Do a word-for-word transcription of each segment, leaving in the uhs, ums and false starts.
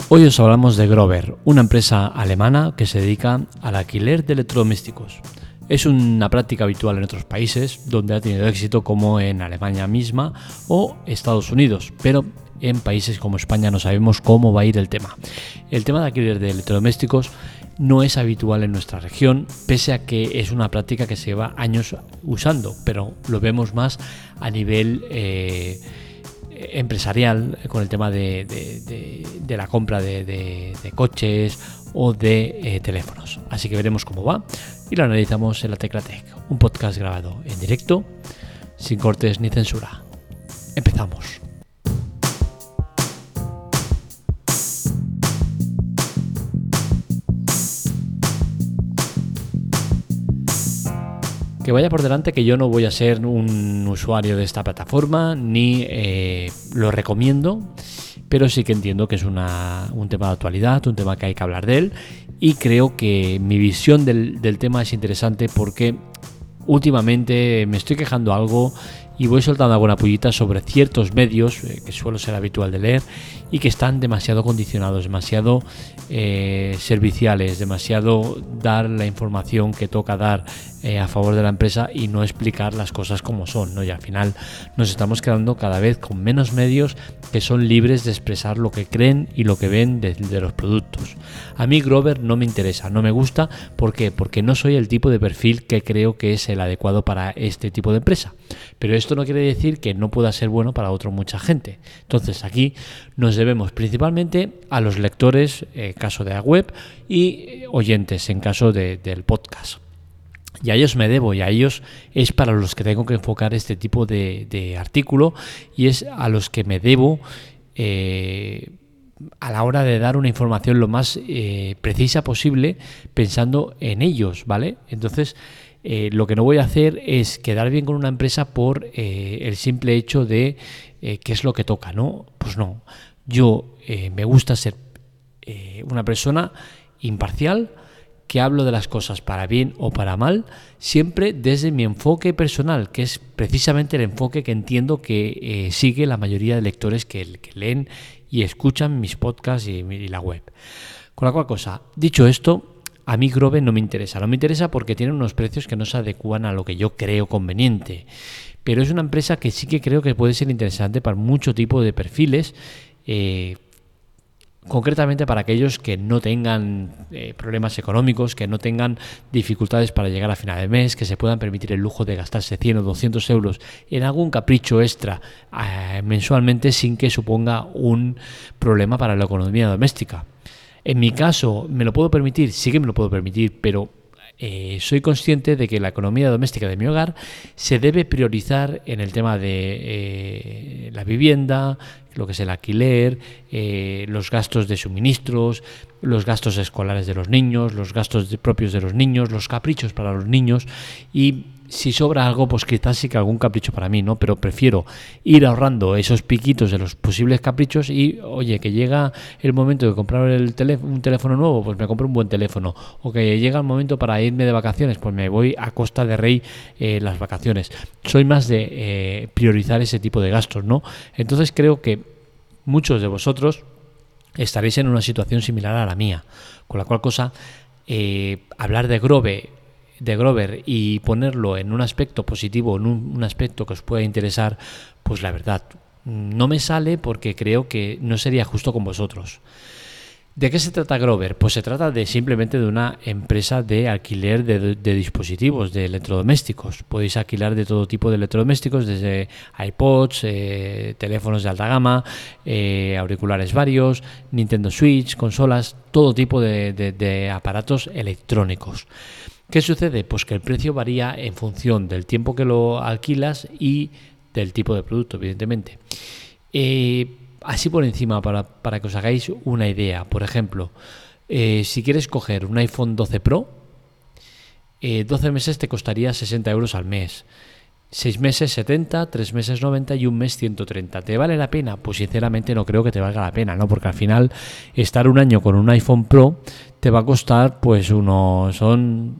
Hoy os hablamos de Grover, una empresa alemana que se dedica al alquiler de electrodomésticos. Es una práctica habitual en otros países donde ha tenido éxito, como en Alemania misma o Estados Unidos, pero en países como España no sabemos cómo va a ir el tema. El tema de alquiler de electrodomésticos no es habitual en nuestra región, pese a que es una práctica que se lleva años usando, pero lo vemos más a nivel eh, empresarial, con el tema de, de, de, de la compra de, de, de coches o de eh, teléfonos. Así que veremos cómo va y lo analizamos en la Tecla Tech, un podcast grabado en directo, sin cortes ni censura. Empezamos. Que vaya por delante que yo no voy a ser un usuario de esta plataforma ni eh, lo recomiendo, pero sí que entiendo que es una, un tema de actualidad, un tema que hay que hablar de él, y creo que mi visión del, del tema es interesante porque últimamente me estoy quejando algo y voy soltando alguna pullita sobre ciertos medios eh, que suelo ser habitual de leer y que están demasiado condicionados, demasiado eh, serviciales, demasiado dar la información que toca dar eh, a favor de la empresa y no explicar las cosas como son, ¿no? Y al final nos estamos quedando cada vez con menos medios que son libres de expresar lo que creen y lo que ven de, de los productos. A mí Grover no me interesa, no me gusta. ¿Por qué? Porque no soy el tipo de perfil que creo que es el adecuado para este tipo de empresa. Pero esto no quiere decir que no pueda ser bueno para otra mucha gente. Entonces aquí nos debemos principalmente a los lectores, en caso de la web, y oyentes en caso de, del podcast. Y a ellos me debo, y a ellos es para los que tengo que enfocar este tipo de, de artículo, y es a los que me debo eh, a la hora de dar una información lo más eh, precisa posible, pensando en ellos, ¿vale? Entonces, eh, lo que no voy a hacer es quedar bien con una empresa por eh, el simple hecho de eh, qué es lo que toca, ¿no? Pues no, yo eh, me gusta ser eh, una persona imparcial, que hablo de las cosas para bien o para mal, siempre desde mi enfoque personal, que es precisamente el enfoque que entiendo que eh, sigue la mayoría de lectores que, que leen y escuchan mis podcasts y, y la web. Con la cual cosa, dicho esto, a mí Grover no me interesa. No me interesa porque tiene unos precios que no se adecúan a lo que yo creo conveniente. Pero es una empresa que sí que creo que puede ser interesante para mucho tipo de perfiles, eh, concretamente para aquellos que no tengan eh, problemas económicos, que no tengan dificultades para llegar a final de mes, que se puedan permitir el lujo de gastarse cien o doscientos euros en algún capricho extra eh, mensualmente sin que suponga un problema para la economía doméstica. En mi caso, ¿me lo puedo permitir? Sí que me lo puedo permitir, pero eh, soy consciente de que la economía doméstica de mi hogar se debe priorizar en el tema de eh, la vivienda, lo que es el alquiler, eh, los gastos de suministros, los gastos escolares de los niños, los gastos de, propios de los niños, los caprichos para los niños, y si sobra algo, pues quizás sí que algún capricho para mí, ¿no? Pero prefiero ir ahorrando esos piquitos de los posibles caprichos y, oye, que llega el momento de comprar el teléfono, un teléfono nuevo, pues me compro un buen teléfono. O que llega el momento para irme de vacaciones, pues me voy a Costa de Rey eh, las vacaciones. Soy más de eh, priorizar ese tipo de gastos, ¿no? Entonces creo que muchos de vosotros estaréis en una situación similar a la mía. Con la cual cosa, eh, hablar de Grover de Grover y ponerlo en un aspecto positivo, en un, un aspecto que os pueda interesar, pues la verdad no me sale porque creo que no sería justo con vosotros. ¿De qué se trata Grover? Pues se trata de simplemente de una empresa de alquiler de, de dispositivos, de electrodomésticos. Podéis alquilar de todo tipo de electrodomésticos, desde iPods, eh, teléfonos de alta gama, eh, auriculares varios, Nintendo Switch, consolas, todo tipo de, de, de aparatos electrónicos. ¿Qué sucede? Pues que el precio varía en función del tiempo que lo alquilas y del tipo de producto, evidentemente. Eh, así por encima, para, para que os hagáis una idea, por ejemplo, eh, si quieres coger un iPhone doce Pro, eh, doce meses te costaría sesenta euros al mes. seis meses setenta, tres meses noventa y un mes ciento treinta. ¿Te vale la pena? Pues sinceramente no creo que te valga la pena, ¿no? Porque al final estar un año con un iPhone Pro te va a costar, pues uno, son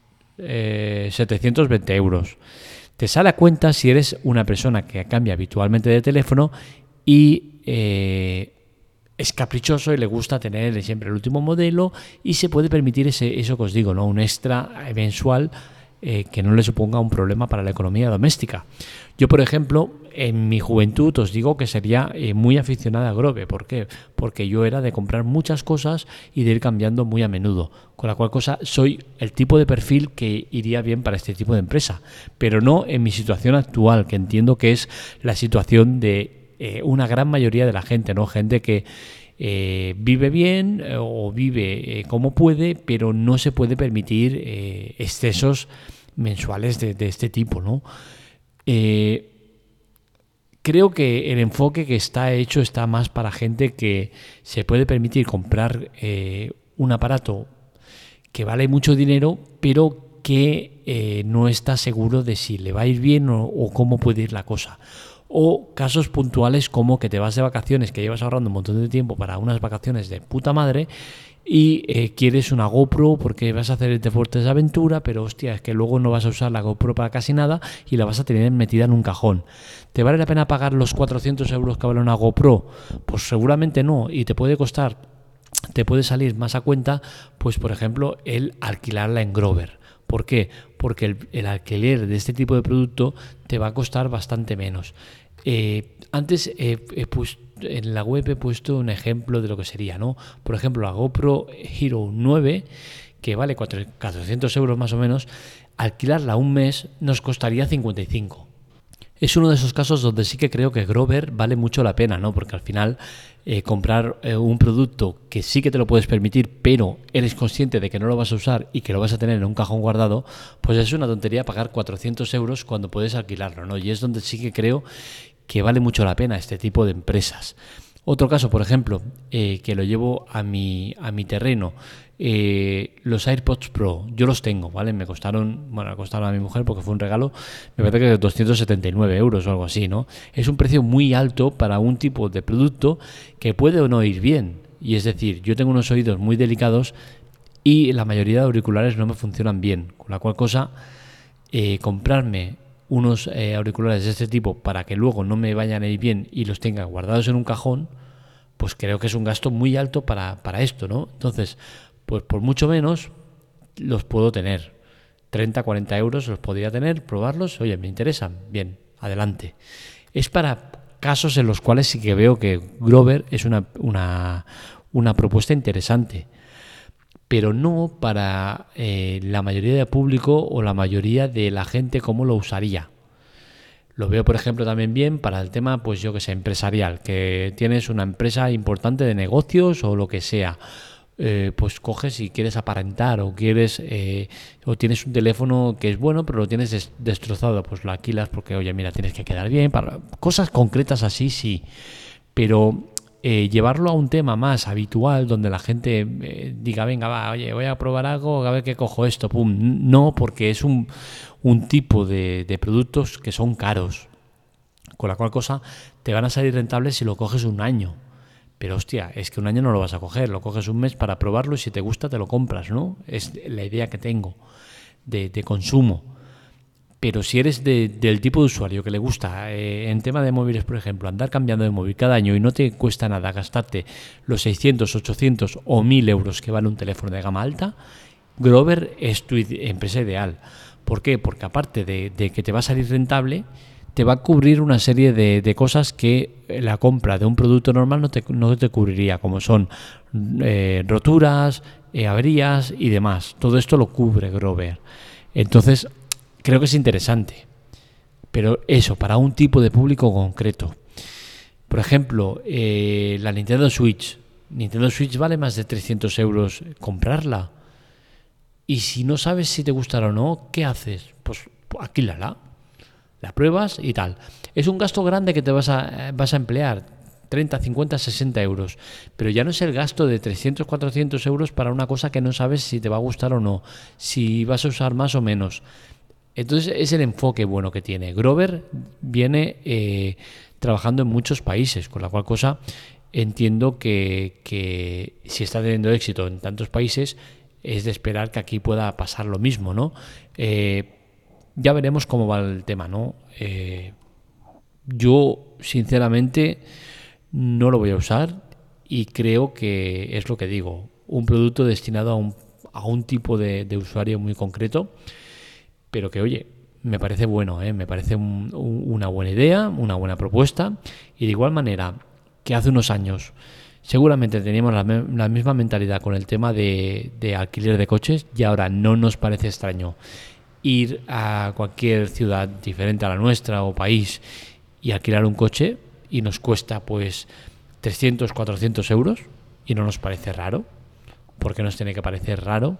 eh, setecientos veinte euros. Te sale a cuenta si eres una persona que cambia habitualmente de teléfono y eh, es caprichoso y le gusta tener siempre el último modelo y se puede permitir ese, eso que os digo, ¿no? Un extra mensual eh, que no le suponga un problema para la economía doméstica. Yo, por ejemplo, en mi juventud os digo que sería eh, muy aficionada a Grove. ¿Por qué? Porque yo era de comprar muchas cosas y de ir cambiando muy a menudo. Con la cual cosa soy el tipo de perfil que iría bien para este tipo de empresa. Pero no en mi situación actual, que entiendo que es la situación de Eh, una gran mayoría de la gente, ¿no? Gente que eh, vive bien eh, o vive eh, como puede, pero no se puede permitir eh, excesos mensuales de, de este tipo, ¿no? Eh, creo que el enfoque que está hecho está más para gente que se puede permitir comprar eh, un aparato que vale mucho dinero, pero que eh, no está seguro de si le va a ir bien o, o cómo puede ir la cosa. O casos puntuales como que te vas de vacaciones, que llevas ahorrando un montón de tiempo para unas vacaciones de puta madre y eh, quieres una GoPro porque vas a hacer el deporte de aventura, pero hostia, es que luego no vas a usar la GoPro para casi nada y la vas a tener metida en un cajón. ¿Te vale la pena pagar los cuatrocientos euros que vale una GoPro? Pues seguramente no, y te puede costar, te puede salir más a cuenta, pues por ejemplo, el alquilarla en Grover. ¿Por qué? Porque el, el alquiler de este tipo de producto te va a costar bastante menos. Eh, antes eh, he puesto, en la web he puesto un ejemplo de lo que sería, ¿no? Por ejemplo, la GoPro Hero nueve, que vale cuatrocientos euros más o menos, alquilarla un mes nos costaría cincuenta y cinco. Es uno de esos casos donde sí que creo que Grover vale mucho la pena, ¿no? Porque al final eh, comprar eh, un producto que sí que te lo puedes permitir, pero eres consciente de que no lo vas a usar y que lo vas a tener en un cajón guardado, pues es una tontería pagar cuatrocientos euros cuando puedes alquilarlo, ¿no? Y es donde sí que creo que vale mucho la pena este tipo de empresas. Otro caso, por ejemplo, eh, que lo llevo a mi, a mi terreno, eh, los AirPods Pro, yo los tengo, ¿vale? Me costaron, bueno, me costaron a mi mujer porque fue un regalo, me parece que doscientos setenta y nueve euros o algo así, ¿no? Es un precio muy alto para un tipo de producto que puede o no ir bien. Y es decir, yo tengo unos oídos muy delicados y la mayoría de auriculares no me funcionan bien, con la cual cosa, eh, comprarme unos eh, auriculares de este tipo para que luego no me vayan a ir bien y los tenga guardados en un cajón, pues creo que es un gasto muy alto para, para esto, ¿no? Entonces, pues por mucho menos los puedo tener. treinta, cuarenta euros los podría tener, probarlos, oye, me interesan, bien, adelante. Es para casos en los cuales sí que veo que Grover es una, una, una propuesta interesante, pero no para eh, la mayoría del público o la mayoría de la gente como lo usaría. Lo veo, por ejemplo, también bien para el tema, pues yo que sé, empresarial, que tienes una empresa importante de negocios o lo que sea. Eh, pues coges y quieres aparentar o quieres eh, o tienes un teléfono que es bueno pero lo tienes des- destrozado, pues lo alquilas porque, oye, mira, tienes que quedar bien, para cosas concretas así, sí, pero eh, llevarlo a un tema más habitual donde la gente eh, diga, venga, va, oye, voy a probar algo, a ver qué cojo esto, pum, no, porque es un, un tipo de, de productos que son caros, con la cual cosa te van a salir rentables si lo coges un año. Pero hostia, es que un año no lo vas a coger, lo coges un mes para probarlo y si te gusta te lo compras, ¿no? Es la idea que tengo de, de consumo. Pero si eres de, del tipo de usuario que le gusta, eh, en tema de móviles, por ejemplo, andar cambiando de móvil cada año y no te cuesta nada gastarte los seiscientos, ochocientos o mil euros que vale un teléfono de gama alta, Grover es tu ide- empresa ideal. ¿Por qué? Porque aparte de, de que te va a salir rentable, te va a cubrir una serie de, de cosas que la compra de un producto normal no te, no te cubriría, como son eh, roturas, eh, averías y demás. Todo esto lo cubre Grover. Entonces, creo que es interesante. Pero eso, para un tipo de público concreto. Por ejemplo, eh, la Nintendo Switch. Nintendo Switch vale más de trescientos euros comprarla. Y si no sabes si te gustará o no, ¿qué haces? Pues alquílala. La pruebas y tal. Es un gasto grande que te vas a, vas a emplear, treinta, cincuenta, sesenta euros, pero ya no es el gasto de trescientos, cuatrocientos euros para una cosa que no sabes si te va a gustar o no, si vas a usar más o menos. Entonces es el enfoque bueno que tiene. Grover viene eh, trabajando en muchos países, con la cual cosa entiendo que, que si está teniendo éxito en tantos países, es de esperar que aquí pueda pasar lo mismo, ¿no? Eh, ya veremos cómo va el tema, ¿no? Eh, yo, sinceramente, no lo voy a usar y creo que es lo que digo, un producto destinado a un, a un tipo de, de usuario muy concreto, pero que, oye, me parece bueno, ¿eh? Me parece un, un, una buena idea, una buena propuesta, y de igual manera que hace unos años seguramente teníamos la, la misma mentalidad con el tema de, de alquiler de coches, y ahora no nos parece extraño ir a cualquier ciudad diferente a la nuestra o país y alquilar un coche, y nos cuesta pues trescientos, cuatrocientos euros, y no nos parece raro. ¿Por qué nos tiene que parecer raro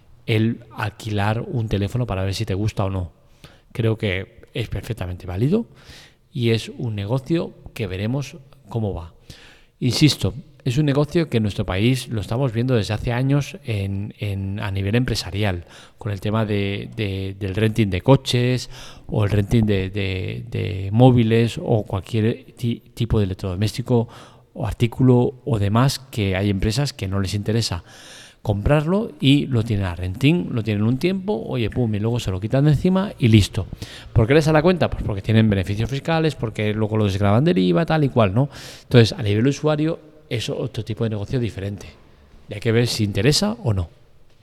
el alquilar un teléfono para ver si te gusta o no? Creo que es perfectamente válido y es un negocio que veremos cómo va. Insisto, es un negocio que en nuestro país lo estamos viendo desde hace años en, en, a nivel empresarial, con el tema de, de, del renting de coches o el renting de, de, de móviles o cualquier t- tipo de electrodoméstico o artículo o demás, que hay empresas que no les interesa comprarlo y lo tienen a renting, lo tienen un tiempo, oye, pum, y luego se lo quitan de encima y listo. ¿Por qué les da la cuenta? Pues porque tienen beneficios fiscales, porque luego lo desgravan del I V A, tal y cual, ¿no? Entonces, a nivel usuario, es otro tipo de negocio diferente. Y hay que ver si interesa o no.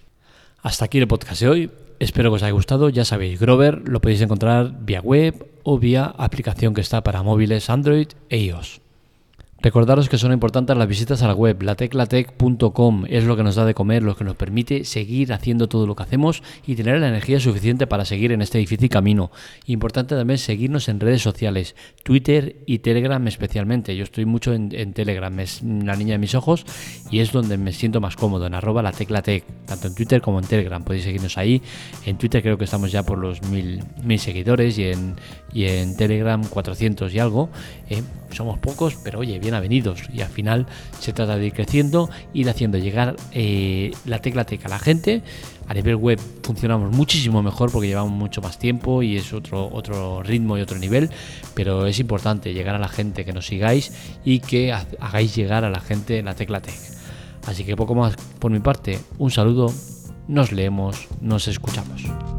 Hasta aquí el podcast de hoy. Espero que os haya gustado. Ya sabéis, Grover lo podéis encontrar vía web o vía aplicación que está para móviles Android e iOS. Recordaros que son importantes las visitas a la web, la teclatec punto com, es lo que nos da de comer, lo que nos permite seguir haciendo todo lo que hacemos y tener la energía suficiente para seguir en este difícil camino. Importante también seguirnos en redes sociales, Twitter y Telegram especialmente. Yo estoy mucho en, en Telegram, es la niña de mis ojos y es donde me siento más cómodo, en arroba la teclatec, tanto en Twitter como en Telegram. Podéis seguirnos ahí. En Twitter creo que estamos ya por los mil, mil seguidores y en, y en Telegram cuatrocientos y algo. Eh, somos pocos, pero oye, bien avenidos, y al final se trata de ir creciendo, ir haciendo llegar eh, la Teclatec a la gente. A nivel web funcionamos muchísimo mejor porque llevamos mucho más tiempo y es otro, otro ritmo y otro nivel, pero es importante llegar a la gente, que nos sigáis y que hagáis llegar a la gente la Teclatec. Así que poco más por mi parte, un saludo, nos leemos, nos escuchamos.